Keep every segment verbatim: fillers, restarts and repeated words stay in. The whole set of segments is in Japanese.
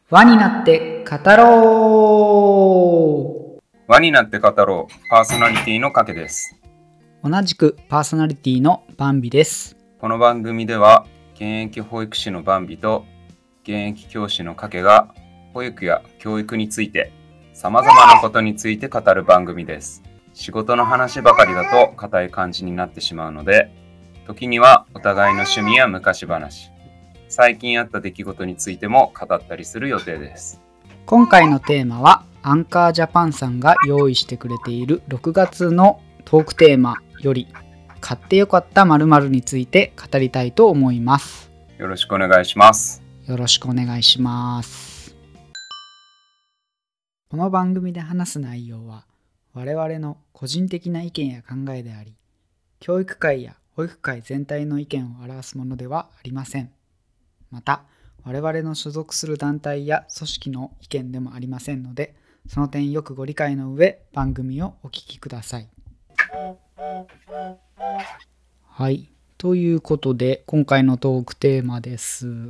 輪になって語ろう。 輪になって語ろう。パーソナリティのかけです。 同じくパーソナリティのバンビです。 この番組では現役保育士のバンビと現役教師のかけが保育や教育について様々なことについて語る番組です。仕事の話ばかりだと硬い感じになってしまうので、時にはお互いの趣味や昔話、最近あった出来事についても語ったりする予定です。 今回のテーマはアンカージャパンさんが用意してくれているろくがつのトークテーマより買ってよかった〇〇について語りたいと思います。 よろしくお願いします。 よろしくお願いします。この番組で話す内容は我々の個人的な意見や考えであり、教育界や保育界全体の意見を表すものではありません。また、我々の所属する団体や組織の意見でもありませんので、その点よくご理解の上、番組をお聞きください。はい。ということで、今回のトークテーマです。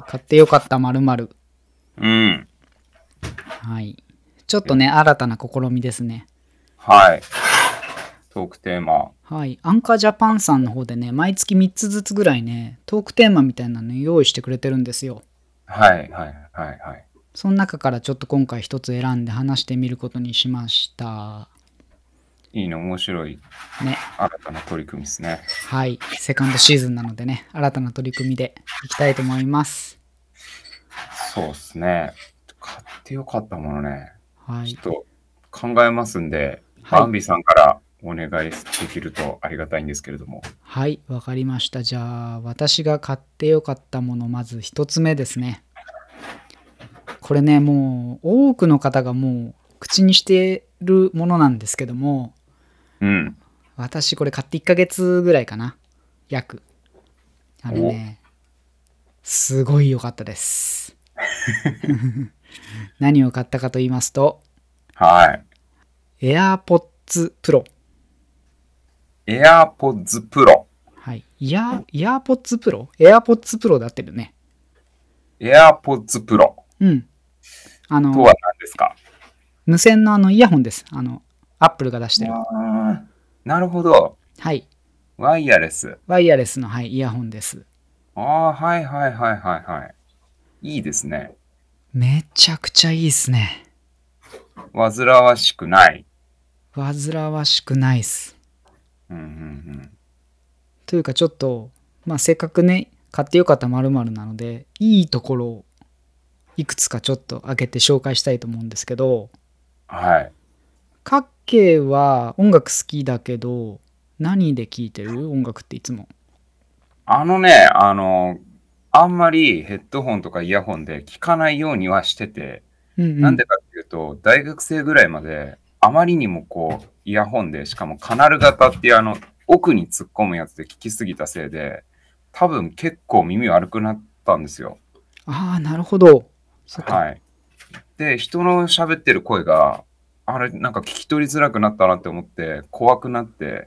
買ってよかった〇〇。 うん。 はい。ちょっとね、新たな試みですね。 はい。トークテーマ。 はい。アンカージャパンさんの方でね、毎月みっつずつぐらいね、トークテーマみたいなの用意してくれてるんですよ。 はいはいはいはい。 その中からちょっと今回一つ選んで話してみることにしました。 いいね、面白い。 ね。 新たな取り組みですね。 はい。セカンドシーズンなのでね、新たな取り組みでいきたいと思います。 そうですね。買ってよかったものね。 はい。 ちょっと考えますんで、 はいバンビさんからお願いできるとありがたいんですけれども。 はい、わかりました。じゃあ、私が買ってよかったもの、まず一つ目ですね。これね、もう多くの方がもう口にしてるものなんですけども、 うん。 私これ買っていっかげつぐらいかな。約。あのね、すごい良かったです。何を買ったかと言いますと、 はい。 AirPods Pro。 AirPods Pro。 はい。イヤ、イヤーポッツプロ ?AirPods Pro で合ってるね。 AirPods Pro。 うん。あの、 とは何ですか？ 無線のあのイヤホンです。あの、Apple が出してる。 あー、なるほど。 はい。 ワイヤレス。 ワイヤレスの、はい、イヤホンです。 ああ、はいはいはいはいはい。いいですね。 めちゃくちゃいいっすね。 煩わしくない。 煩わしくないっす。 うんうんうん。 というかちょっと、まあせっかくね、買ってよかった〇〇なので、いいところをいくつかちょっと開けて紹介したいと思うんですけど、 はい。 かっけは音楽好きだけど、何で聴いてる？音楽っていつも。 あのね、あの、あんまりヘッドホンとかイヤホンで聞かないようにはしてて、 うんうん。 なんでかっていうと、大学生ぐらいまで、あまりにもこう、イヤホンで、しかもカナル型っていうあの、奥に突っ込むやつで聞きすぎたせいで、多分結構耳悪くなったんですよ。 ああ、なるほど。そっか。 はい。で、人の喋ってる声が、あれ、なんか聞き取りづらくなったなって思って、怖くなって、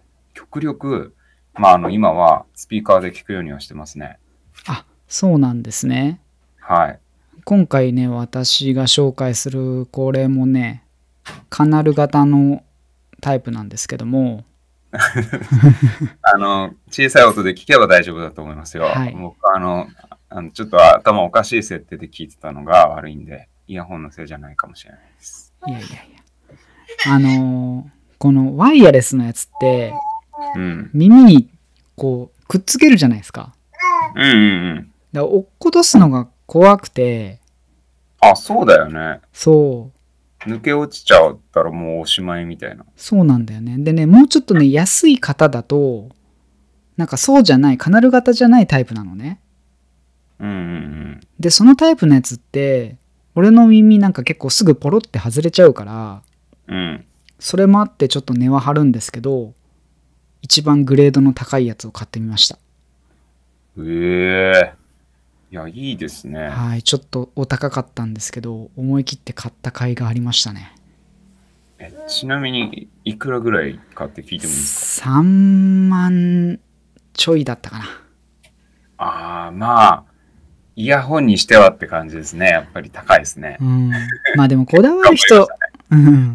極力、まあ、あの、今はスピーカーで聞くようにはしてますね。 あ、そうなんですね。 はい。今回ね、私が紹介するこれもね、カナル型のタイプなんですけどもあの、小さい音で聞けば大丈夫だと思いますよ。はい、僕あの、あの、ちょっと頭おかしい設定で聞いてたのが悪いんで、イヤホンのせいじゃないかもしれないです。 いやいやいや。あのー、このワイヤレスのやつって、うん、耳にこうくっつけるじゃないですか。 うんうんうん。だから落っことすのが怖くて。 あ、そうだよね。 そう。 抜け落ちちゃったらもうおしまいみたいな。 そうなんだよね。でね、もうちょっとね、安い方だと、なんかそうじゃない、カナル型じゃないタイプなのね。 うんうんうん。 で、そのタイプのやつって、俺の耳なんか結構すぐポロって外れちゃうから、 うん。 それもあってちょっと値は張るんですけど、一番グレードの高いやつを買ってみました。 へえ。いや、いいですね。 はい、ちょっとお高かったんですけど、思い切って買った甲斐がありましたね。 え、ちなみに、いくらぐらい買って聞いてもいいですか？さんまんちょいだったかな。 ああ、まあ、 イヤホンにしてはって感じですね。やっぱり高いですね。 うん。まあでもこだわる人、うん、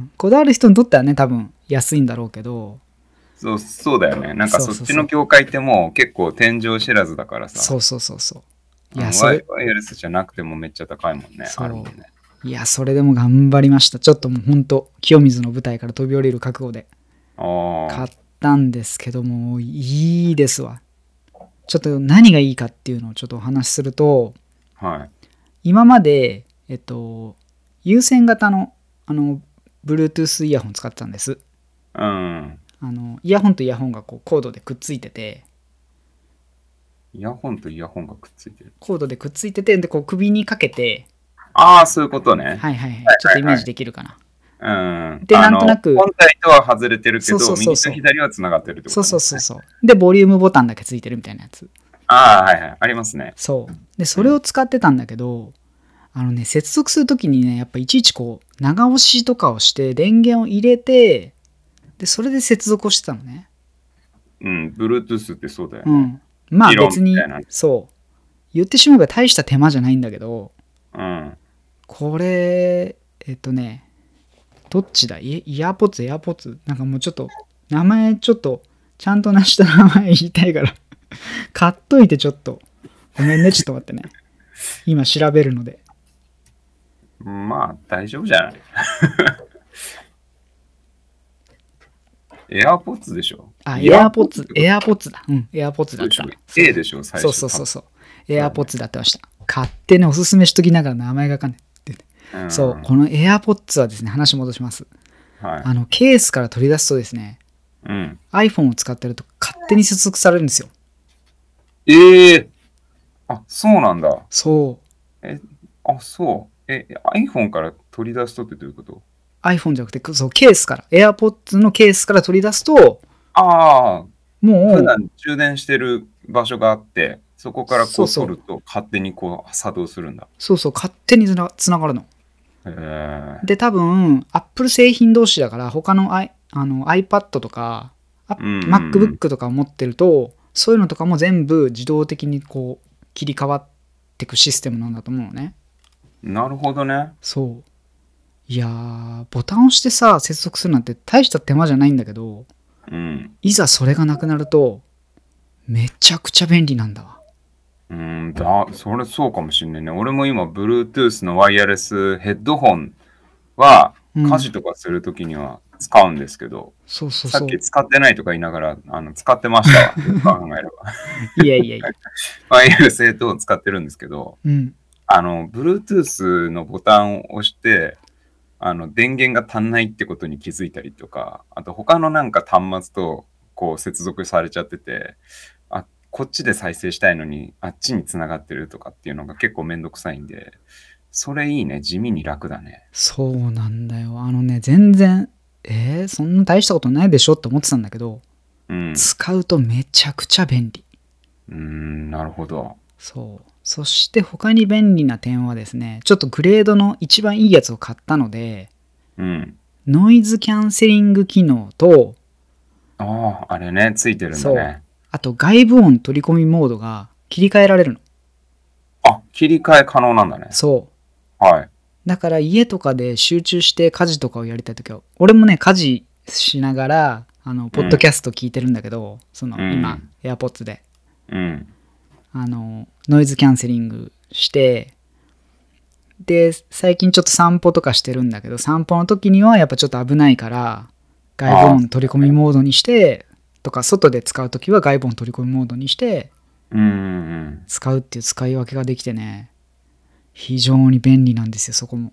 こだわる人にとってはね、多分安いんだろうけど、 そう、そうだよね。なんかそっちそうそうそう。 の業界ってもう結構天井知らずだからさ、 そうそうそうそう。いや、 うん、 それ、 ワイワイヤレスじゃなくてもめっちゃ高いもんね。あるもんそね。 う。いや、それでも頑張りました。ちょっともうほんと、清水の舞台から飛び降りる覚悟で買あったんですけども、いいですわ。ちょっと何がいいかっていうのをちょっとお話しすると、 あ、はい。 今まで、えっと、有線型の、あの、Bluetooth イヤホン使ってたんです。 うん。 あの、イヤホンとイヤホンがこうコードでくっついてて、 イヤホンとイヤホンがくっついてる。 コードでくっついてて、で、こう首にかけて、 ああ、そういうことね。 はいはいはい。 はいちょっとイメージはいはい。 できるかな。 うん。 で、なんとなあの、 く、 本体とは外れてるけそうそど、 うそうそう。 右と左は繋がってるってこそうとね。 そうそうそう。で、ボリュームボタンだけついてるみたいなやつ。 ああ、はいはい。ありますね。 そう。で、それをうん。 使ってたんだけど、あのね、接続するときにね、やっぱいちいちこう、長押しとかをして電源を入れて、で、それで接続をしてたのね。 うん。Bluetooth ってそうだよね。 うん。まあ理論み別に、 たいな。 そう。言ってしまえば大した手間じゃないんだけど、 うん。 これ、えっとね、どっちだイイヤーポッツ、エアポッツなんかもうちょっと、名前ちょっと、ちゃんとなした名前言いたいから買っといてちょっと。ごめんね、ちょっと待ってね。今調べるので。 まあ、大丈夫じゃない？エアポッツでしょ？ あ、 イヤーエアポッツ、 ポッツってことエアポッツだ。うん、エアポッツだでしょ？ った。そう A でしょ最そう初多分。 そうそうそう。エアポッツだってました。買ってね、おすすめしときながら名前がわかんないって言って。 うん。 そう、このエアポッツはですね、話戻します。 はい。 あの、ケースから取り出すとですね、 うん。 iPhone を使ってると勝手に接続されるんですよ。 ええー、あ、そうなんだ。 そう。 え、あ、そう。え、iPhone から取り出すとってどういうこと？ iPhone じゃなくて、そう、ケースから、AirPods のケースから取り出すと、 ああ、普もう、 段充電してる場所があって、そこからこうそうそう、 取ると勝手にこう作動するんだ。 そうそう、勝手につなつながるの。 へえ。 で、多分、Apple 製品同士だから、他の、I、あの iPad とか、あうんうんうん。 MacBook とかを持ってると、そういうのとかも全部自動的にこう、切り替わっていくシステムなんだと思うのね。 なるほどね。 そう。いやー、ボタンを押してさ、接続するなんて大した手間じゃないんだけど、 うん。 いざそれがなくなると、めちゃくちゃ便利なんだわ。 うん、だ、それそうかもしんないね。俺も今、Bluetooth のワイヤレスヘッドホンは、 うん。 家事とかするときには使うんですけど、 そうそうさっきそう。 使ってないとか言いながら、あの、使ってましたわ。よく考えれば。 いやいやいや。 ワイヤレスヘッドホン使ってるんですけど、 うん。 あの、Bluetooth のボタンを押して、あの、電源が足んないってことに気づいたりとか、あと他のなんか端末とこう接続されちゃってて、あ、こっちで再生したいのに、あっちに繋がってるとかっていうのが結構めんどくさいんで、それいいね。地味に楽だね。 そうなんだよ。あのね、全然、えー、そんな大したことないでしょって思ってたんだけど、 うん。 使うとめちゃくちゃ便利。 うーん、なるほど。 そう。そして他に便利な点はですね、ちょっとグレードの一番いいやつを買ったので、 うん。 ノイズキャンセリング機能と、 ああ、あれね、ついてるんだそう。 ね。 あと外部音取り込みモードが切り替えられるの。 あ、切り替え可能なんだね。 そう。 はい。 だから家とかで集中して家事とかをやりたいときは、俺もね、家事しながら、あの、ポッドキうん。 ャスト聞いてるんだけど、その、今、 うん。 AirPods で、 うん。 あの、ノイズキャンセリングして、で、最近ちょっと散歩とかしてるんだけど、散歩の時にはやっぱちょっと危ないから、外部ああ、 音取り込みモードにして、とか、外で使う時は外部音取り込みモードにして、 うんうんうん。 使うっていう使い分けができてね、非常に便利なんですよ、そこも。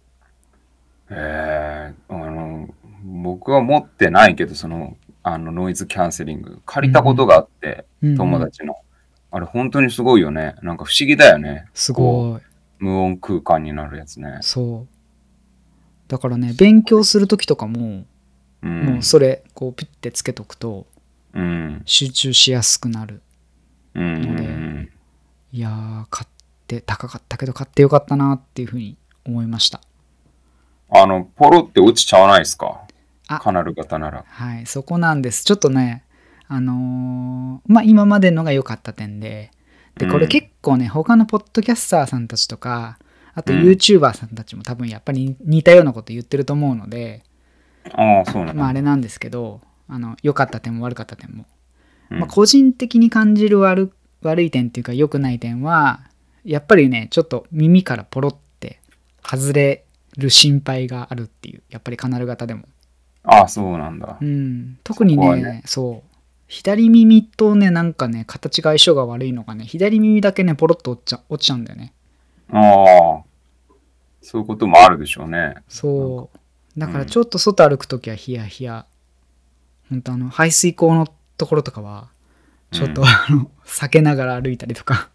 ええ、あの、僕は持ってないけど、その、あの、ノイズキャンセリング、借りたことうんがあって、 うん。うんうん。 友達の。あれ、本当にすごいよね。なんか不思議だよね。 すこごい。 う、無音空間になるやつね。 そう。だからね、勉強するときとかも、 うん。 もうそれ、こう、ピッてつけとくと、 うん。 集中しやすくなるうん。うので、 ん。 いやー、買って、高かったけど買ってよかったなっていうふうに思いました。 あの、ポロって落ちちゃわないですか？ あ、 カナル型なら。 はい、そこなんです。ちょっとね、あのーまあ、今までのが良かった点で、 で、これ結構ね、他のポッドキャスターさんたちとか、あと YouTuber さんたちも多分やっぱり似たようなこと言ってると思うので、 ああ、そうなんだ。 まああれなんですけど、あの良かった点も悪かった点も、 うんまあ、個人的に感じる悪悪い点っていうか良くない点は、やっぱりねちょっと耳からポロって外れる心配があるっていう、やっぱりカナル型でも、 ああ、そうなんだう。ん、特にね、 そこはねそう左耳とねなんかね形が相性が悪いのがね、左耳だけねポロッと落ちちゃ落ちちゃうんだよね。 ああ、そういうこともあるでしょうね。 そうだからちょっと外歩くときはヒヤヒヤ、本当あの排水口のところとかはちょっと、 うんあの避けながら歩いたりとか。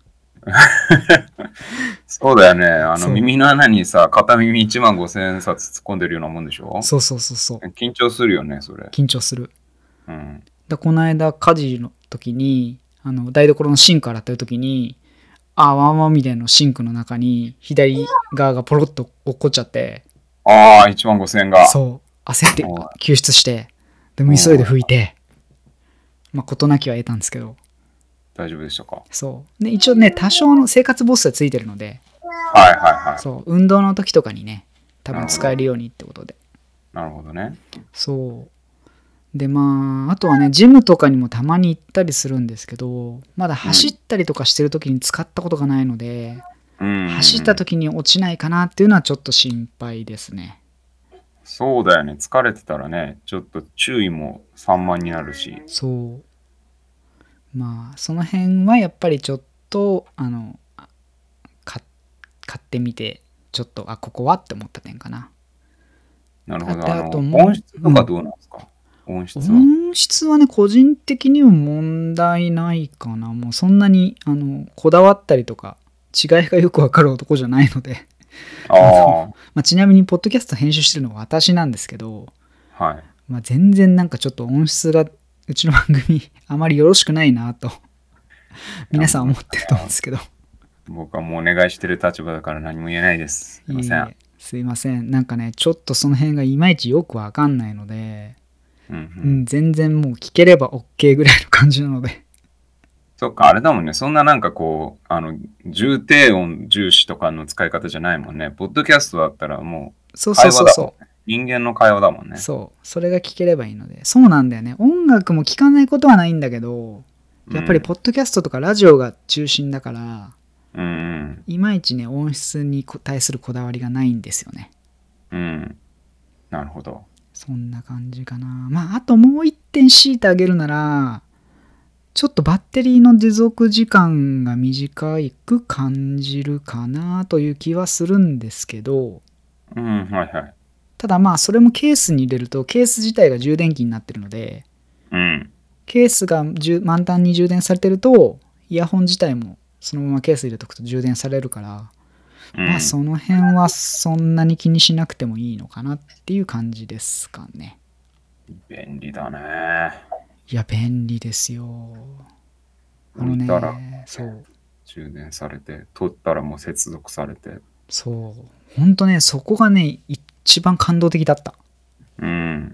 そうだよね。あのそう耳の穴にさ、片耳いちまんごせんさつ突っ込んでるようなもんでしょ。 そうそうそうそう、 緊張するよね、それ。 緊張する。 うん。 だこの間家事の時にあの台所のシンク洗ってる時に、あワンワンみたいなシンクの中に左側がポロッと落っこっちゃって、 ああ、いちまんごせんが。 そう焦っておい救出して、でも急いで拭いて、まあ事なきは得たんですけど、 大丈夫でしたか。 そうで一応ね多少の生活防止はついてるので、 はいはいはい。 そう運動の時とかにね多分使えるようにってことで、 なるほどね。 そうでまああとはねジムとかにもたまに行ったりするんですけど、まだ走ったりとかしてる時に使ったことがないので、 うん。 走った時に落ちないかなっていうのはちょっと心配ですね。 そうだよね。疲れてたらね、ちょっと注意も散漫になるし。 そうまあその辺はやっぱりちょっとあのか買ってみてちょっとあここはって思った点かな。 なるほど。 であのあともう音質とかどうなんですか、音質は。 音質はね個人的には問題ないかな。もうそんなにあのこだわったりとか違いがよくわかる男じゃないのでああ、 まあちなみにポッドキャスト編集してるのは私なんですけど、 はい。 まあ、全然なんかちょっと音質がうちの番組あまりよろしくないなと皆さん思ってると思うんですけど、 僕はもうお願いしてる立場だから何も言えないです。すいません。 いえいえすいません、なんかねちょっとその辺がいまいちよくわかんないので、 うんううんん、全然もう聞ければ OK ぐらいの感じなのでそっか、あれだもんね。そんななんかこう、あの、重低音重視とかの使い方じゃないもんね。ポッドキャストだったらもそううそうそうそ会話だもんね。人間の会話だもんね。 うそうそれが聞ければいいので、そうなんだよね。音楽も聞かないことはないんだけど、やっぱりポッドキャストとかラジオが中心だから、 うんうんいまいちね音質に対するこだわりがないんですよね。 うん。うん。なるほど。 そんな感じかな。まああともう一点強いてあげるなら、ちょっとバッテリーの持続時間が短く感じるかなという気はするんですけど、 うん、はいはい。 ただまあそれもケースに入れるとケース自体が充電器になってるので、 うん。 ケースが満タンに充電されてるとイヤホン自体もそのままケース入れとくと充電されるから、 うん、 まあその辺はそんなに気にしなくてもいいのかなっていう感じですかね。 便利だね。 いや便利ですよ。あの置いたらねそう充電されて、取ったらもう接続されて。 そうほんとねそこがね一番感動的だった。 うん。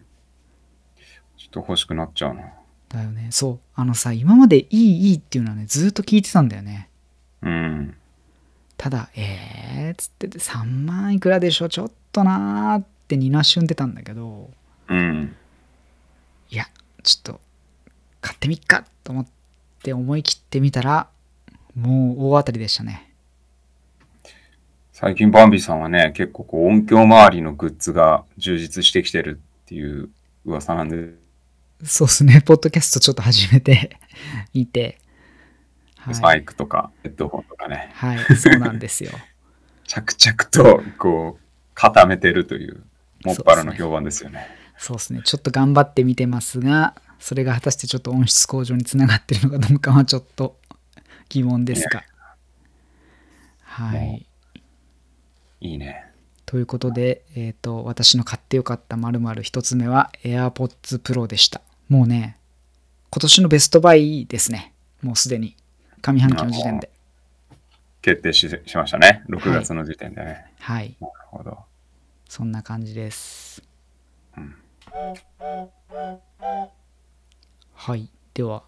ちょっと欲しくなっちゃうな。 だよね。そうあのさ今までいいいいっていうのはねずっと聞いてたんだよね。 うん。 ただえーっつっててさんまんいくらでしょちょっとなーってになしゅんでたんだけど、 うん。 いやちょっと買ってみっかと思って思い切ってみたらもう大当たりでしたね。 最近バンビさんはね、結構こう音響周りのグッズが充実してきてるっていう噂なんで、 そうっすね。ポッドキャストちょっと始めてみて、はいマイクとかヘッドホンとかね、 はいそうなんですよ。 着々とこう固めてるというもっぱらの評判ですよね。 そうですね。ちょっと頑張ってみてますが、それが果たしてちょっと音質向上につながってるのかどうかはちょっと疑問ですが。はい。 いいね。 ということで、えっと、私の買ってよかった〇〇一つ目は AirPods Pro でした。もうね、今年のベストバイですね。もうすでに上半期の時点で。 決定 し, しましたね。ろくがつの時点でね。 はい。 なるほど。 そんな感じです。 うん、 はい。では、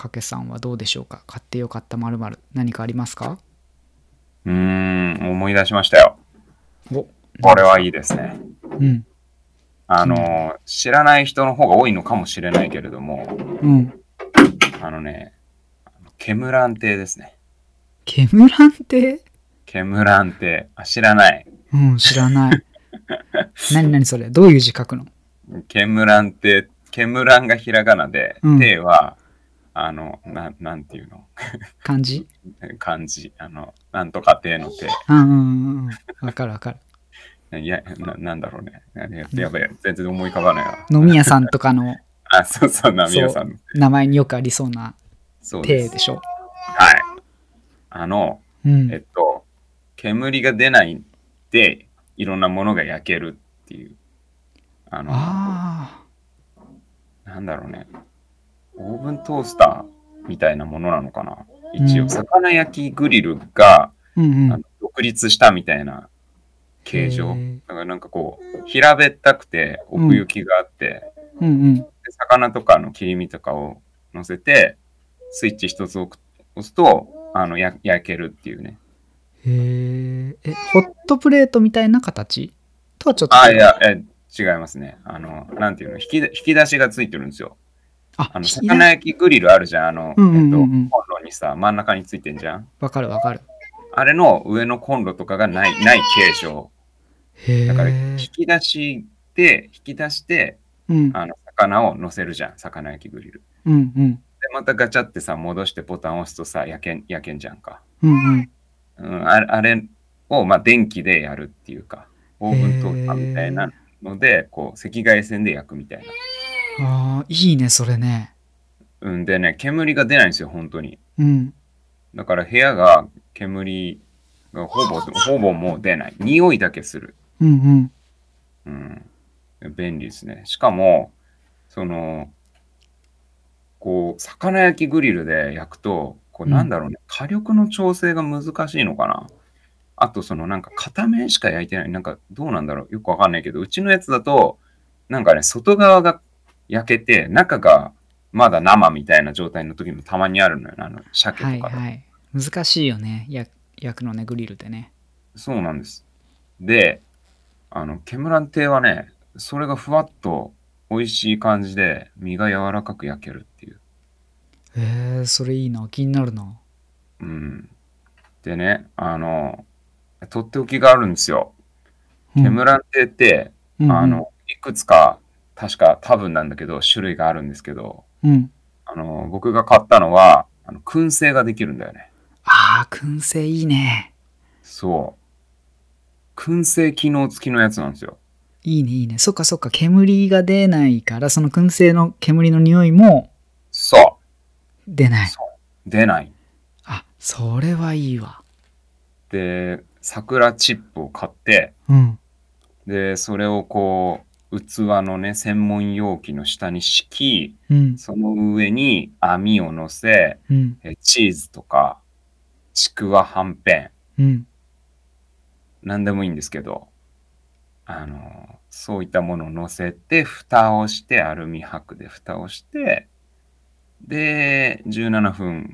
かけさんはどうでしょうか。買ってよかった〇〇何かありますか？ うーん、思い出しましたよ。 お、 これはいいですね。 うん。 あの、知らない人の方が多いのかもしれないけれども、 うん。 あのね、ケムラン亭ですね。 ケムラン亭？ ケムラン亭。あ、知らない。 うん、知らない。何何それ、どういう字書くの？ ケムラン亭、ケムランがひらがなで、 うん亭は、あの、ななんていうの漢字？ 漢字。あの、なんとか亭の亭。 うんうんうんうん。わかるわかる。 いやな、なんだろうね。ややべえ、全然思い浮かばないわ。 飲み屋さんとかのあ、そうそう、ナミヤそさんの。 う名前によくありそうなそうです。 亭でしょ。 はい。あの、 うんえっと、煙が出ないで、いろんなものが焼けるっていう。あの、 あなんだろうね。オーブントースターみたいなものなのかな。一応、 うん魚焼きグリルが、 あ、うんうん。 あの独立したみたいな形状。 へえ。 だからなんかこう、平べったくて奥行きがあって、 うんうん。 で魚とかの切り身とかを乗せて、スイッチ一つ押すと、あの、や焼けるっていうね。 へえ。え、ホットプレートみたいな形とはちょっとあ、 違う。 いや、え、違いますね。あの、なんていうの、引き引き出しがついてるんですよ。 あ、 あの、 ひな魚焼きグリルあるじゃん。あの、 うんうんうんうんえっと、コンロにさ、真ん中についてんじゃん。 わかるわかる。 あれの上のコンロとかがない、ない形状。 へだから、引え。 き出しで、引き出して、 うんあの、魚を乗せるじゃん。魚焼きグリル。 うんうんで、またガチャってさ、戻してボタンを押すとさ、焼けん、焼けんじゃんか。 うんうん。 うん、あれあれを、まあ、電気でやるっていうか、オーブントースターみたいへえ。 なので、こう、赤外線で焼くみたいな。 ああ、いいね、それね。 うんでね、煙が出ないんですよ、本当に。 うん。 だから部屋が煙がほぼ、ほぼもう出ない。匂いだけする。 うんうん。 うん。便利ですね。しかも、その、こう、魚焼きグリルで焼くと、こう、 うんなんだろうね、火力の調整が難しいのかな。あと、そのなんか片面しか焼いてない。なんかどうなんだろう。よくわかんないけど、うちのやつだと、なんかね、外側が焼けて、中がまだ生みたいな状態の時もたまにあるのよ。あの、鮭はとかだと。 いはい。難しいよね。や焼くのね、グリルでね。 そうなんです。で、あの、ケムラン亭はね、それがふわっと美味しい感じで、身が柔らかく焼けるっていう。 へえ、それいいな。気になるな。 うん。でね、あの、とっておきがあるんですよ。 うんケムラン亭って、 うんうんあの、いくつか、確か多分なんだけど、種類があるんですけど、 うんあの、僕が買ったのは、あの燻製ができるんだよね。 ああ、燻製いいね。 そう。燻製機能付きのやつなんですよ。 いいねいいね。そっかそっか。煙が出ないから、その燻製の煙の匂いもそう。 出ない。 そう。出ない。 あ、それはいいわ。 で、桜チップを買って、 うん。 で、それをこう、器のね、専門容器の下に敷き、 うん。 その上に網を乗せ、 うん。 えチーズとか、ちくわはんぺん、 うん。 なんでもいいんですけど、あの、そういったものを乗せて、蓋をして、アルミ箔で蓋をして、で、じゅうななふん、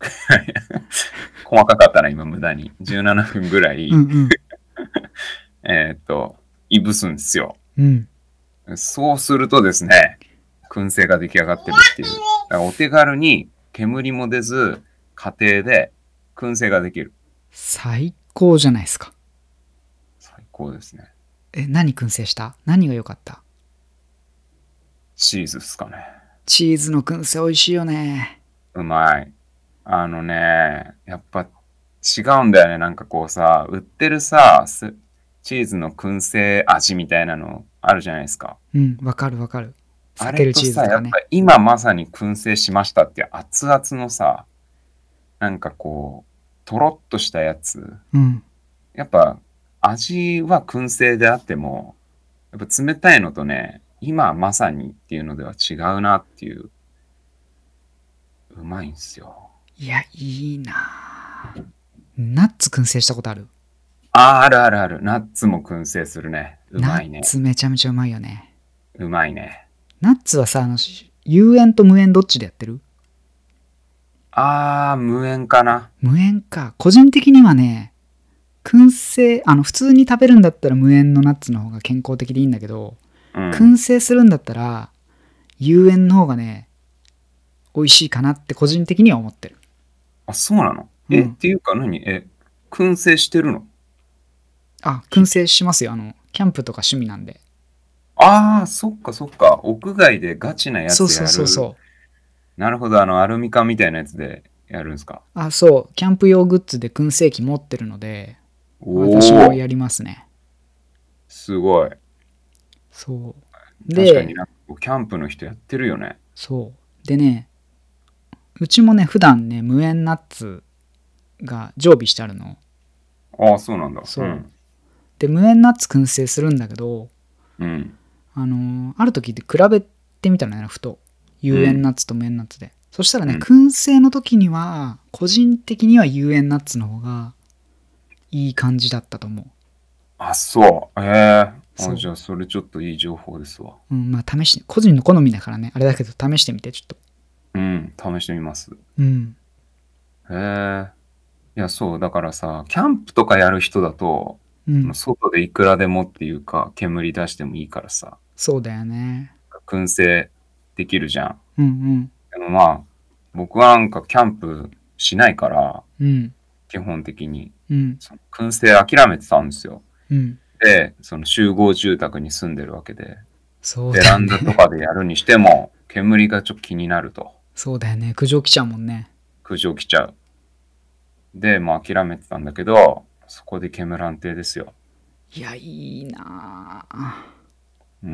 細かかったな、今、無駄に。じゅうななふんぐらい、 うんうん。 えっと、いぶすんですよ。 うん。 そうするとですね、燻製が出来上がってるっていう。だからお手軽に煙も出ず、家庭で燻製ができる。 最高じゃないですか。 最高ですね。 え、何燻製した？何が良かった？ チーズっすかね。 チーズの燻製美味しいよね。 うまい。あのね、やっぱ違うんだよね。なんかこうさ、売ってるさ、すチーズの燻製味みたいなのあるじゃないですか。 うん、わかるわかる。 あ避けるれとさ、 チーズとかね。 やっぱ今まさに燻製しましたって熱々のさ、なんかこう、とろっとしたやつ。 うん。 やっぱ味は燻製であっても、やっぱ冷たいのとね、今まさにっていうのでは違うなっていう、うまいんすよ。 いや、いいなぁ。ナッツ燻製したことある？ ああ、あるあるある。ナッツも燻製するね。うまいね。 ナッツめちゃめちゃうまいよね。 うまいね。 ナッツはさ、あの、有塩と無塩どっちでやってる？ あー、無塩かな。 無塩か。個人的にはね、燻製、あの、普通に食べるんだったら無塩のナッツの方が健康的でいいんだけど、 うん。 燻製するんだったら、有塩の方がね、美味しいかなって個人的には思ってる。 あ、そうなの？え、 うんっていうか何え、燻製してるの？ あ、燻製しますよ。あの、キャンプとか趣味なんで。 ああ、そっかそっか。屋外でガチなやそうそうつやる。 そうそう。 なるほど。あの、アルミ缶みたいなやつでやるんですか？ あ、そう。キャンプ用グッズで燻製機持ってるので、 おお、 私もやりますね。 すごい。 そう。で、 確かになんかこうキャンプの人やってるよね。 そう。でね、うちもね、普段ね、無塩ナッツが常備してあるの。 ああ、そうなんだ。 そう。 ん。 で、無塩ナッツ燻製するんだけど、 うん。 あのーある時で比べてみたのよね、ふと。有塩ナッツと無塩ナッツで。そしたらね、 うん燻製の時には、個人的には有塩ナッツの方がいい感じだったと思う。 あ、そう。ええあ、 そう。 じゃあそれちょっといい情報ですわ。 うん、まあ試して、個人の好みだからね、あれだけど試してみて、ちょっと。 うん、試してみます。 うん。 へえ。いや、そう、だからさ、キャンプとかやる人だと、そのうん。 外でいくらでもっていうか、煙出してもいいからさ、 そうだよね。 燻製できるじゃん。 うんでもまあ、僕はなんかキャンプしないから、 うん。うん。 基本的に、 うん。 その燻製諦めてたんですよ。 うん。 で、その集合住宅に住んでるわけで、 そうベランダとだよね。 かでやるにしても、煙がちょっと気になると、 そうだよね。苦情来ちゃうもんね。 苦情来ちゃう。で、まあ諦めてたんだけど、そこで煙安定ですよ。 いや、いいなぁ。 うん。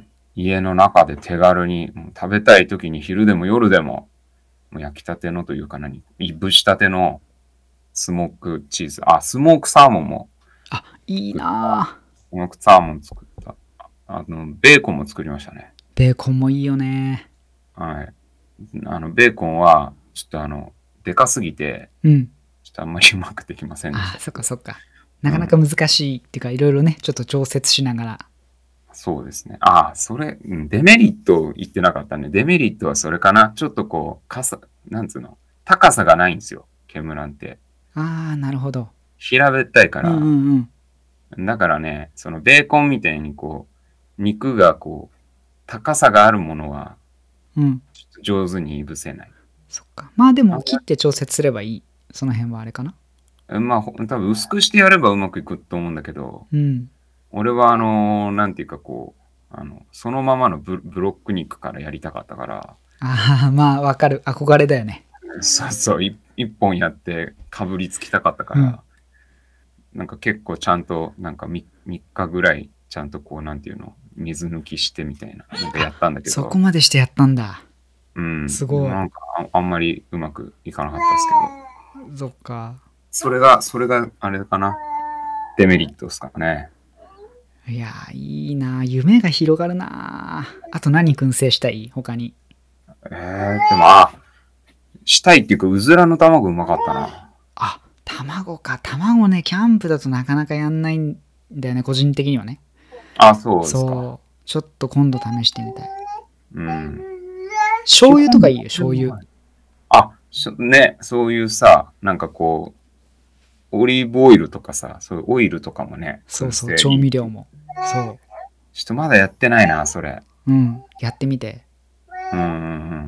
家の中で手軽に、もう食べたい時に昼でも夜でも、もう焼きたてのというか何、いぶしたてのスモークチーズ。あ、スモークサーモンもあ、いい作った。 なぁ。 スモークサーモン作った。あの、ベーコンも作りましたね。 ベーコンもいいよね。 はい。あの、ベーコンは、ちょっとあの、でかすぎて、 うん。 ちょっとあんまりうまくできませんでしあ、 たけど。 そっかそっか。なかなかうん。 難しいっていうか、いろいろね、ちょっと調節しながら。 そうですね。ああ、それ、うん、デメリット言ってなかったね。デメリットはそれかな。ちょっとこう、かさ、なんつうの、高さがないんですよ。煙なんて。 ああ、なるほど。 平べったいかうんうら。 んうん。 だからね、そのベーコンみたいにこう、肉がこう、高さがあるものは、 うん。 ちょっと上手にいぶせない。 そっか。まあでも、 あん切って調節すればいい。その辺はあれかな。 ままあ、ほ多分薄くしてやればうまくいくと思うんだけど、 うん。 俺はあのーなんていうかこう、あの、そのままのブブロック肉からやりたかったから、 ああ、まあわかる。憧れだよね。 そうそう、い一本やってかぶりつきたかったかうん。 ら、なんか結構ちゃんと、なんか 3, 三日ぐらい、ちゃんとこう、なんていうの、水抜きしてみたいな、なんかやったんだけそこど、 までしてやったんだ。 うん、 すごい。 なんかああんまりうまくいかなかったですけど、 そっか。 それが、それがあれかな、デメリットですかね。 いやー、いいな。夢が広がるな。あと何燻製したい他に。 えー、でも、あ、したいっていうか、うずらの卵うまかったな。 あ、卵か。卵ね、キャンプだとなかなかやんないんだよね、個人的にはね。 あ、そうですか。 そう。ちょっと今度試してみたい。 うん。 醤油とかいいよ、醤油。 あ、しょね、そういうさ、なんかこう、オリーブオイルとかさ、そういうオイルとかもね、燻そうそう、調製いい。 味料も。そちょっとまだやってないな、それ。 う。うん。やってみて。 うんうんうん。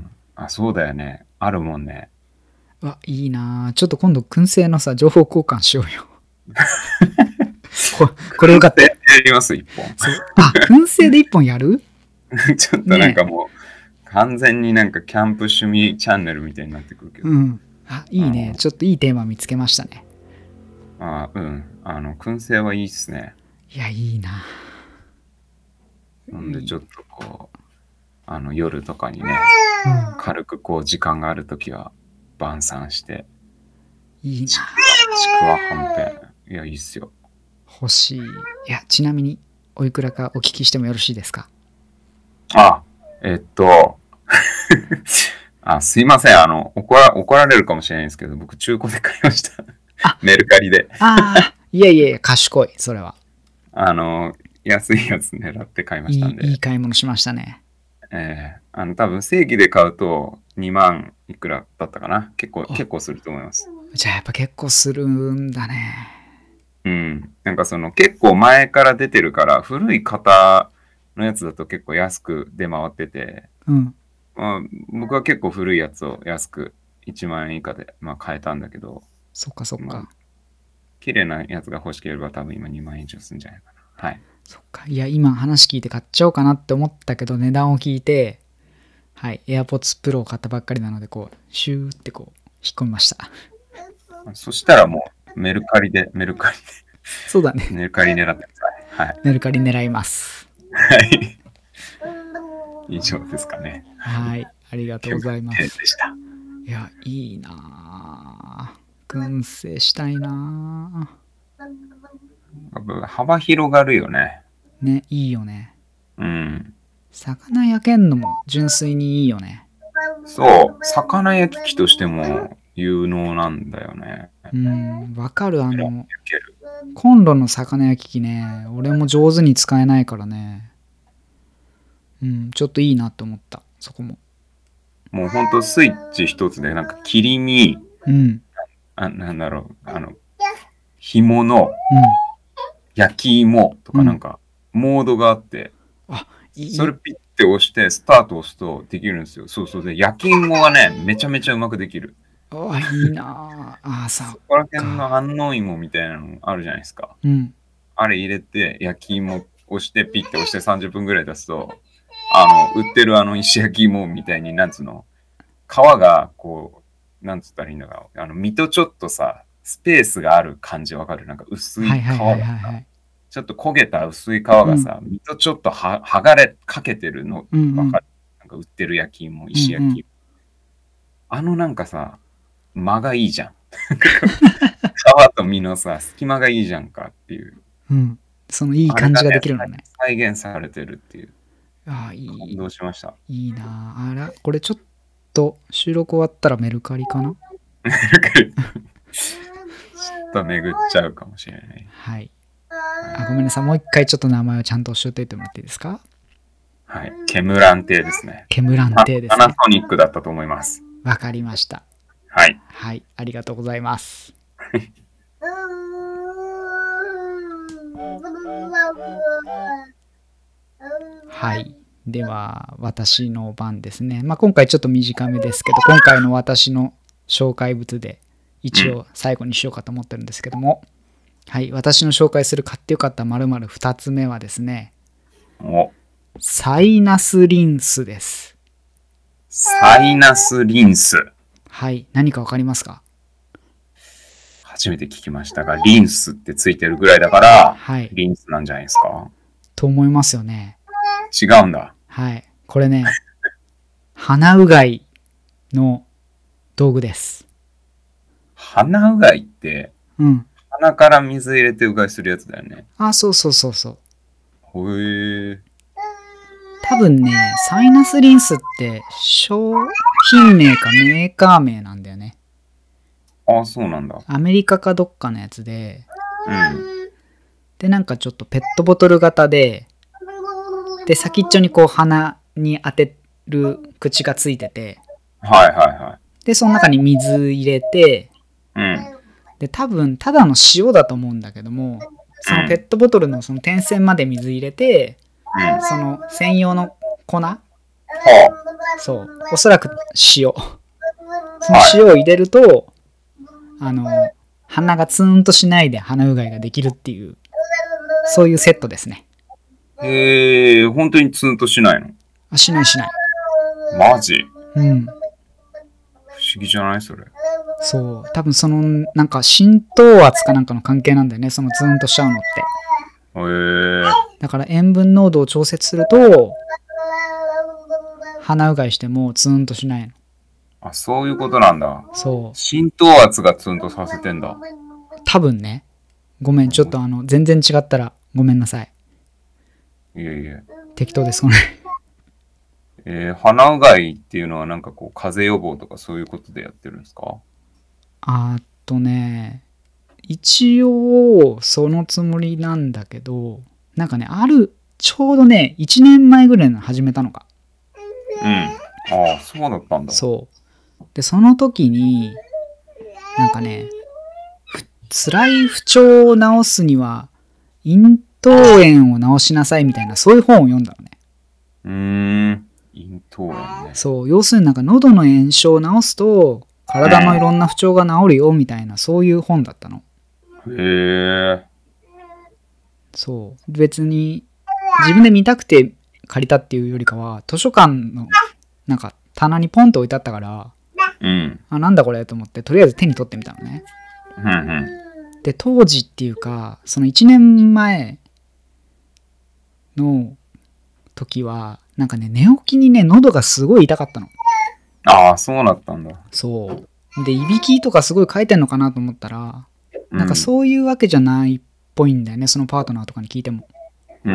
あ、そうだよね。あるもんね。 うわ、いいな。ちょっと今度燻製のさ、情報交換しようよ。ここれよかった。 燻製やります、一本。 そう。あ、燻製で一本やるちょっとなんかねもう、完全になんかキャンプ趣味チャンネルみたいになってくるけえ。 ど。 うん。あ、いいね。 あちょっといいテーマ見つけましたね。 あ、うん。あの、燻製はいいっすね。 いや、いいな。 なんでちょっいい。 とこう、あの、夜とかにね、 うん。 軽くこう、時間があるときは、晩餐して、 いいな。 ちくわ、ちくわはんぺん。いや、いいっすよ。 欲しい。いや、ちなみに、おいくらかお聞きしてもよろしいですか？ あ、えっと、あ、すいません。あの、怒ら、怒られるかもしれないんですけど、僕、中古で買いました。 あ、 メルカリで。 ああ、いやいやいや、賢い、それは。 あの、安いやつ狙って買いましたいい、いいんで、 買い物しましたね。 えーあの、多分正規で買うとにまんいくらだったかな。結構、 あ結構すると思います。 じゃあやっぱ結構するんだね。 うん。なんかその結構前から出てるから、古い型のやつだと結構安く出回ってて、 うん。 まあ、僕は結構古いやつを安くいちまん円以下で、まあ、買えたんだけど、 そっかそっまあ、 か。 綺麗なやつが欲しければ多分今にまん円以上するんじゃないかな。はい。 そっか。いや、今話聞いて買っちゃおうかなって思ったけど、値段を聞いて、はい、AirPods Pro を買ったばっかりなので、こう、シューってこう、引っ込みました。 そしたらもうメルカリで、メルカリそうだね。 で、メルカリ狙ってください。はい。 メルカリ狙います。 はい。以上ですかね。 はい。ありがとうございます。 でした。 いや、いいなぁ。燻製したいな幅広がるよね。 ぁ。ね、いいよね。 うん。 魚焼けんのも純粋にいいよね。 そう。魚焼き器としても有能なんだよね。 うん、わかる。あの、 焼ける。 コンロの魚焼き器ね、俺も上手に使えないからね。うん、ちょっといいなと思った。そこも。 もうほんとスイッチ一つで、なんか切り身、 うん。 あ、なんだろう、あの、紐のうん。 焼き芋とかなんか、モードがあって、 あ、いい。 それピッて押して、スタート押すとできるんですよ。そうそう。で、焼き芋がね、めちゃめちゃうまくできる。 あ、いいなぁ。あ、さそこら辺の安納芋みたいなのあるじゃないですか。 うん。 あれ入れて、焼き芋押して、ピッて押してさんじゅっぷんぐらい経つと、あの、売ってるあの石焼き芋みたいに、なんつうの、皮が、こう、なんつったらいいんだか、あの、身とちょっとさ、スペースがある感じわかる？なんか薄い皮がさ、ちょっと焦げた薄い皮がさ、身とちょっとは剥がれかけてるのわかる？ うんうん、 なんか売ってる焼き芋、石焼き芋。うんうん、あのなんかさ、間がいいじゃん。皮と身のさ、隙間がいいじゃんかっていう。 うん。そのいい感じができるのね。 ね、再現されてるっていう。 ああ、いい。 感動しました。 いいなあ。あら、これちょっと収録終わったらメルカリかな？ メルカリ。ちょっと巡っちゃうかもしれない。 はい。あ、ごめんなさい。もう一回ちょっと名前をちゃんと教えておいてもらっていいですか？ はい。ケムランテですね。 ケムランテですね。 パナソニックだったと思います。 わかりました。 はい。 はい。ありがとうございます。はい。では、私の番ですね。まあ、今回ちょっと短めですけど、今回の私の紹介物で一応最後にしようかと思ってるんですけども、はい。私の紹介する買ってよかった〇〇ふたつめはですね、 おサイナスリンスです。 サイナスリンス。 はい。何かわかりますか？ 初めて聞きましたが、リンスってついてるぐらいだから、 はい、 リンスなんじゃないですか？ と思いますよね。 違うんだ。 はい。これね、鼻うがいの道具です。 鼻うがいって、 うん。 鼻から水入れてうがいするやつだよね。 あ、そうそうそうそう。 へえ。 多分ね、サイナスリンスって商品名かメーカー名なんだよね。 あ、そうなんだ。 アメリカかどっかのやつで、 うん。 で、なんかちょっとペットボトル型で、で、先っちょにこう鼻に当てる口がついてて、 はいはいはい。 で、その中に水入れて、 うん。 で、多分ただの塩だと思うんだけども、そのペットボトルのその点線まで水入れて、うん、その専用の粉、はあ、そう、おそらく塩。その塩を入れると、あの、鼻がツーンとしないで鼻うがいができるっていう、そういうセットですね。 へえー、本当にツーンとしないの？ あ、しないしない。 マジ？ うん。 不思議じゃないそれ。 そう。多分その、なんか浸透圧かなんかの関係なんだよね。そのツーンとしちゃうのって。 へえー。 だから塩分濃度を調節すると、鼻うがいしてもツーンとしないの。 あ、そういうことなんだ。 そう。 浸透圧がツーンとさせてんだ。 多分ね。ごめん、ちょっとあの、全然違ったらごめんなさい。 いえいえ。 適当です、これ。 えー、鼻うがいっていうのはなんかこう、風邪予防とかそういうことでやってるんですか？ あーっとね、一応、そのつもりなんだけど、なんかね、ある、ちょうどね、いちねんまえぐらいの始めたのか。 うん。ああ、そうだったんだ。 そう。 で、その時に、なんかね、辛い不調を治すには、咽頭炎を治しなさいみたいな、そういう本を読んだのね。 うーん。咽頭炎ね。 そう、要するになんか喉の炎症を治すと、体のいろんな不調が治るよみたいな、そういう本だったの。 へえ。 そう。別に、自分で見たくて借りたっていうよりかは、図書館の、なんか棚にポンと置いてあったから、 うん。 あ、なんだこれと思って、とりあえず手に取ってみたのね。 うんうん。 で、当時っていうか、そのいちねんまえの時は、なんかね、寝起きにね、喉がすごい痛かったの。 ああ、そうなったんだ。 そう。で、いびきとかすごい書いてんのかなと思ったら、なんかそういうわけじゃないっぽいんだよね、そのパートナーとかに聞いても。 うん。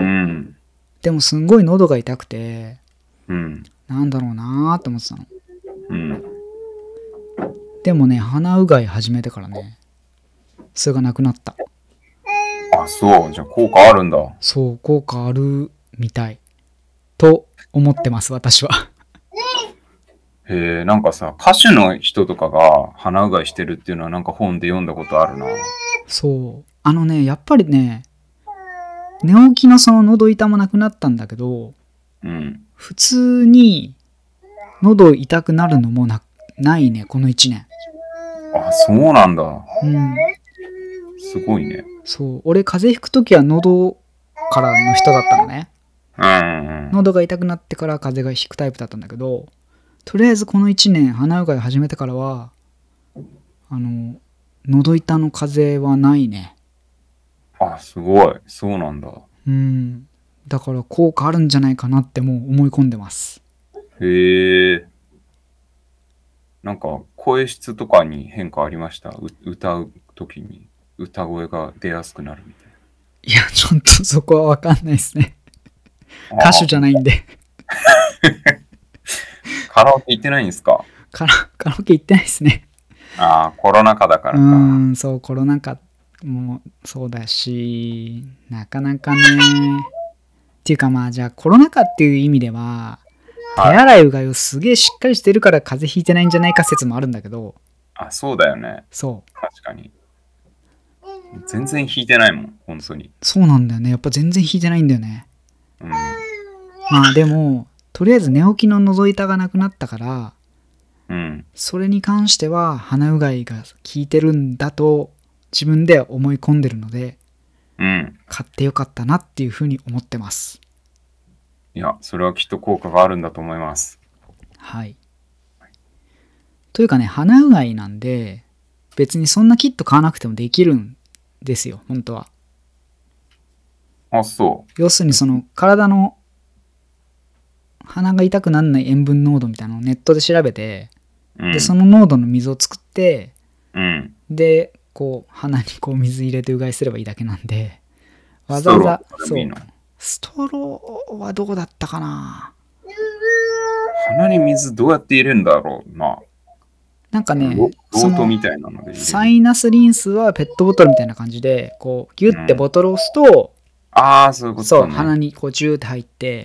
でもすんごい喉が痛くて、 うん。 なんだろうなーって思ってたの。 うん。 でもね、鼻うがい始めてからね、それがなくなった。 あ、そう。じゃあ効果あるんだ。 そう、効果あるみたい。と思ってます、私は。 へえ、なんかさ、歌手の人とかが鼻うがいしてるっていうのはなんか本で読んだことあるな。 そう。あのね、やっぱりね、寝起きのその喉痛もなくなったんだけど、 うん。 普通に喉痛くなるのも な, ないね、このいちねん。 あ、そうなんだ。 うん。 すごいね。 そう。俺、風邪ひくときは喉からの人だったのね。 うんうんうん。 喉が痛くなってから風邪がひくタイプだったんだけど、とりあえずこのいちねん鼻うがい始めてからは、あの、喉痛の風邪はないね。 あ、すごい。そうなんだ。 うん。だから効果あるんじゃないかなってもう思い込んでます。 へえ。なんか声質とかに変化ありました？う歌う時に歌声が出やすくなるみたいいや、ちょっとそこはわかんないですね。 な。 歌手じゃないんで。 カラオケ行ってないんですか？ カラカラオケ行ってないですね。 ああ、コロナ禍だからうか。 ーん、そう、コロナ禍もそうだし、なかなかね。っていうかまあ、じゃあコロナ禍っていう意味では、手はい。 洗いうがいをすげえしっかりしてるから風邪ひいてないんじゃないか説もあるんだけど、 あ、そうだよね。 そう。 確かに。全然弾いてないもん、本当に。 そうなんだよね。やっぱ全然ひいてないんだよね。 うん。 まあでも、とりあえず寝起きの喉痛がなくなったから、 うん。 それに関しては鼻うがいが効いてるんだと自分で思い込んでるので、 うん。 買ってよかったなっていうふうに思ってます。 いや、それはきっと効果があるんだと思います。 はい。というかね、鼻うがいなんで、別にそんなキット買わなくてもできるんですよ、本当は。 あ、そ要するにその体の鼻が痛くならない塩分濃度みたいなのをネットで調べて、 う。うん。 で、その濃度の水を作って、 うん。 で、こう、鼻にこう水入れてうがいすればいいだけなんで、わざわざ、そう、ストローはどうだったかな。 鼻に水どうやって入れるんだろうな。 なんかね、 ロそのートみたいなので入れる。 サイナスリンスはペットボトルみたいな感じで、こう、ギュッてボトルを押すと、 ああ、そういうことそう、 だね。 鼻にこうジューって入って、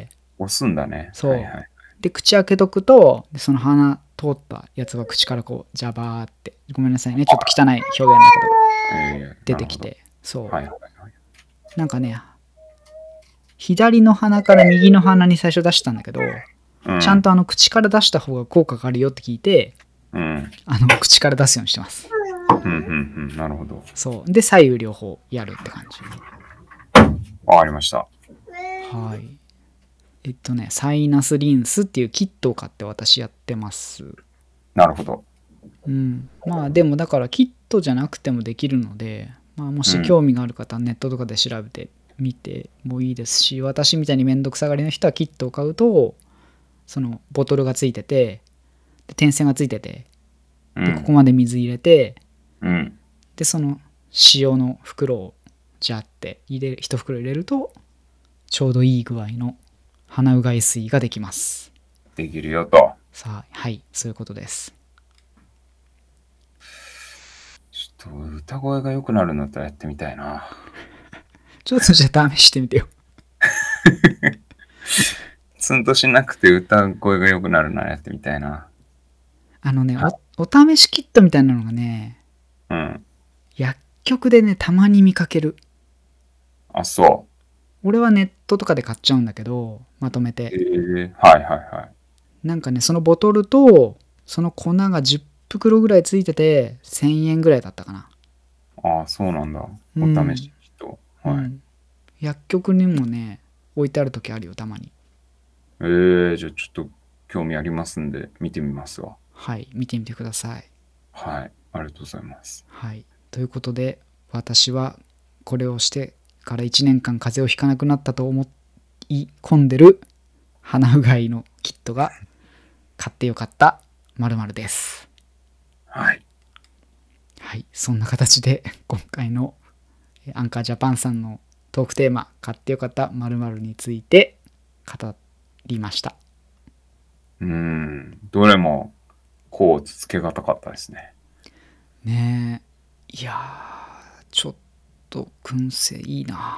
押すんだね。 そうはいはい。 で、口開けとくと、でその鼻通ったやつが口からこう、ジャバーって、ごめんなさいね、ちょっと汚い表現だけど、 えー出てき。て、そう。 はいはいはい。 なんかね、左の鼻から右の鼻に最初出したんだけど、 うん、 ちゃんとあの口から出した方が効果があるよって聞いて、 うん。 あの口から出すようにしてます。 うんうんうん。なるほど。 そう。で、左右両方やるって感じ。 わかりました。 はい。えっとね、サイナスリンスっていうキットを買って私やってます。 なるほど。 うん。まあでもだからキットじゃなくてもできるので、まあもし興味がある方はネットとかで調べてみてもいいですし、私みたいにめんどくさがりの人はキットを買うと、そのボトルがついてて、で点線がついてて、で、ここまで水入れて、 うん。 で、その塩の袋をジャーって入れる、一袋入れると、ちょうどいい具合の鼻うがい水ができます。 できるよと。 さあ、はい、そういうことです。 ちょっと歌声が良くなるんだったらやってみたいな。 ちょっとじゃあ試してみてよ。 ツンとしなくて歌声が良くなるならやってみたいな。 あのね、お、お試しキットみたいなのがね、 うん。 薬局でね、たまに見かける。 あ、そ俺はネットとかで買っちゃうんだけど、まとめう。 て。 えー、はいはいはい。 なんかね、そのボトルと、その粉がじゅっぷくろぐらいついてて、せんえんぐらいだったかな。 あ、そうなんだ。おうん。 試しキット。はい。 うん。薬局にもね、置いてある時あるよ、たまに。 えー、じゃあちょっと興味ありますんで見てみますわ。 はい、見てみてください。 はい。ありがとうございます。 はい。ということで、私はこれをしてからいちねんかん風邪をひかなくなったと思い込んでる鼻うがいのキットが買ってよかった〇〇です。 はい。 はい。そんな形で今回のアンカージャパンさんのトークテーマ、買ってよかった〇〇について語りました。 うーん。どれも、こうつけがたかったですね。 ねえ。いやー、ちょっと燻製いいな。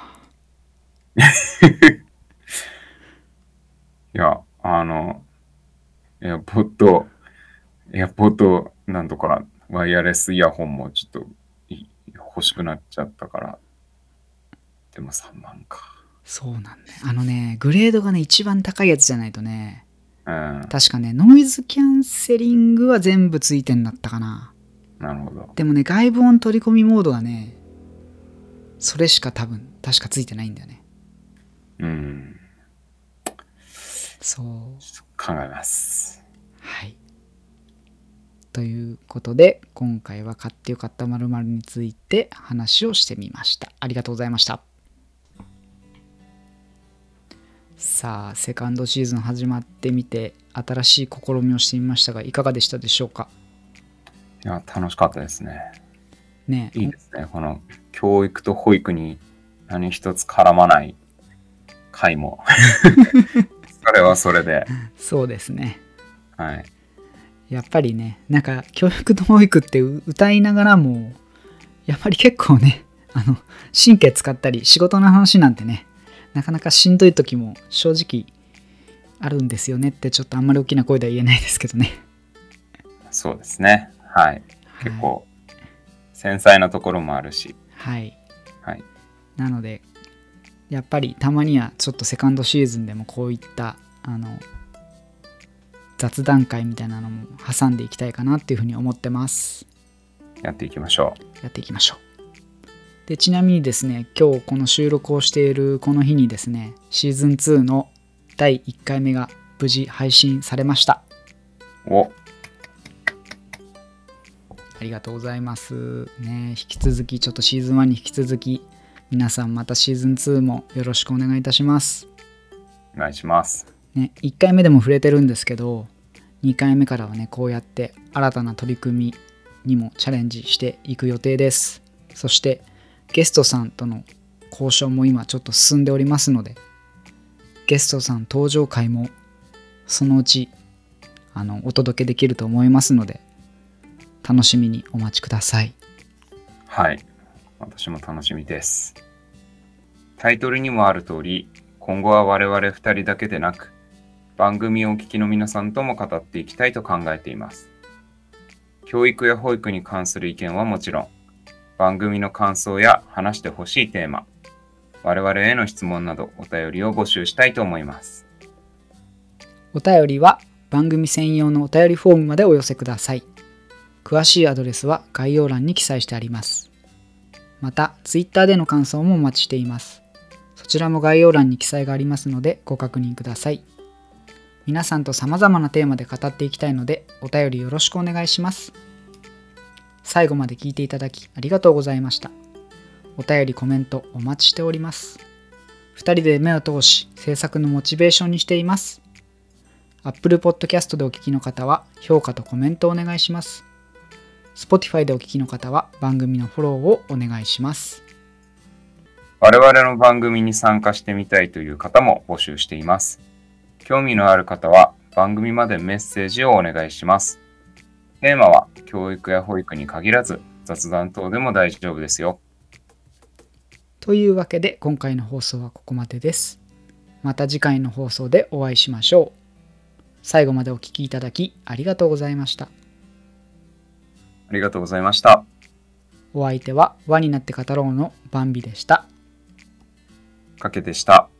いや、あの、エアポッド、エアポッドなんとかワイヤレスイヤホンもちょっとい欲しくなっちゃったから。でもさんまんか。 そうなんだよ。あのね、グレードがね、一番高いやつじゃないとね、 うん。 確かね、ノイズキャンセリングは全部ついてんだったかな。 なるほど。 でもね、外部音取り込みモードがね、それしか多分、確かついてないんだよね。 うん。 そう。 考えます。 はい。ということで、今回は買ってよかった〇〇について話をしてみました。ありがとうございました。さあ、セカンドシーズン始まってみて、新しい試みをしてみましたが、いかがでしたでしょうか？ いや、楽しかったですね。 ねえ、 いいですね。この教育と保育に何一つ絡まない回も。それはそれで。 そうですね。 はい。 やっぱりね、なんか教育と保育って歌いながらも、やっぱり結構ね、あの、神経使ったり、仕事の話なんてね、なかなかしんどい時も正直あるんですよねって、ちょっとあんまり大きな声では言えないですけどね。 そうですね。はい。結構繊細なところもあるし。 はい。 はい。 なので、やっぱりたまにはちょっとセカンドシーズンでもこういったあの雑談会みたいなのも挟んでいきたいかなっていうふうに思ってます。 やっていきましょやっていきましょう。で、ちなみにですね、今日この収録をしているこの日にですね、シーズンツーのだいいっかいめが無事配信されました。 う。お、 ありがとうございますね。引き続きちょっとシーズンワンに引き続き皆さんまたシーズンツーもよろしくお願いいたします。 お願いします。 ね、いっかいめでも触れてるんですけど、にかいめからはね、こうやって新たな取り組みにもチャレンジしていく予定です。そしてゲストさんとの交渉も今ちょっと進んでおりますので、ゲストさん登場会もそのうちあのお届けできると思いますので、楽しみにお待ちください。 はい。私も楽しみです。タイトルにもある通り、今後は我々ふたりだけでなく、番組をお聞きの皆さんとも語っていきたいと考えています。教育や保育に関する意見はもちろん、番組の感想や話してほしいテーマ、我々への質問などお便りを募集したいと思います。 お便りは番組専用のお便りフォームまでお寄せください。詳しいアドレスは概要欄に記載してあります。また、ツイッターでの感想もお待ちしています。そちらも概要欄に記載がありますのでご確認ください。皆さんと様々なテーマで語っていきたいので、お便りよろしくお願いします。最後まで聞いていただきありがとうございました。お便りコメントお待ちしております。ふたりで目を通し制作のモチベーションにしています。Apple Podcast でお聞きの方は評価とコメントをお願いします。Spotify でお聞きの方は番組のフォローをお願いします。 我々の番組に参加してみたいという方も募集しています。興味のある方は番組までメッセージをお願いします。テーマは教育や保育に限らず雑談等でも大丈夫ですよ。 というわけで今回の放送はここまでです。また次回の放送でお会いしましょう。最後までお聞きいただきありがとうございました。 ありがとうございました。 お相手は輪になって語ろうのバンビでした。 かけでした。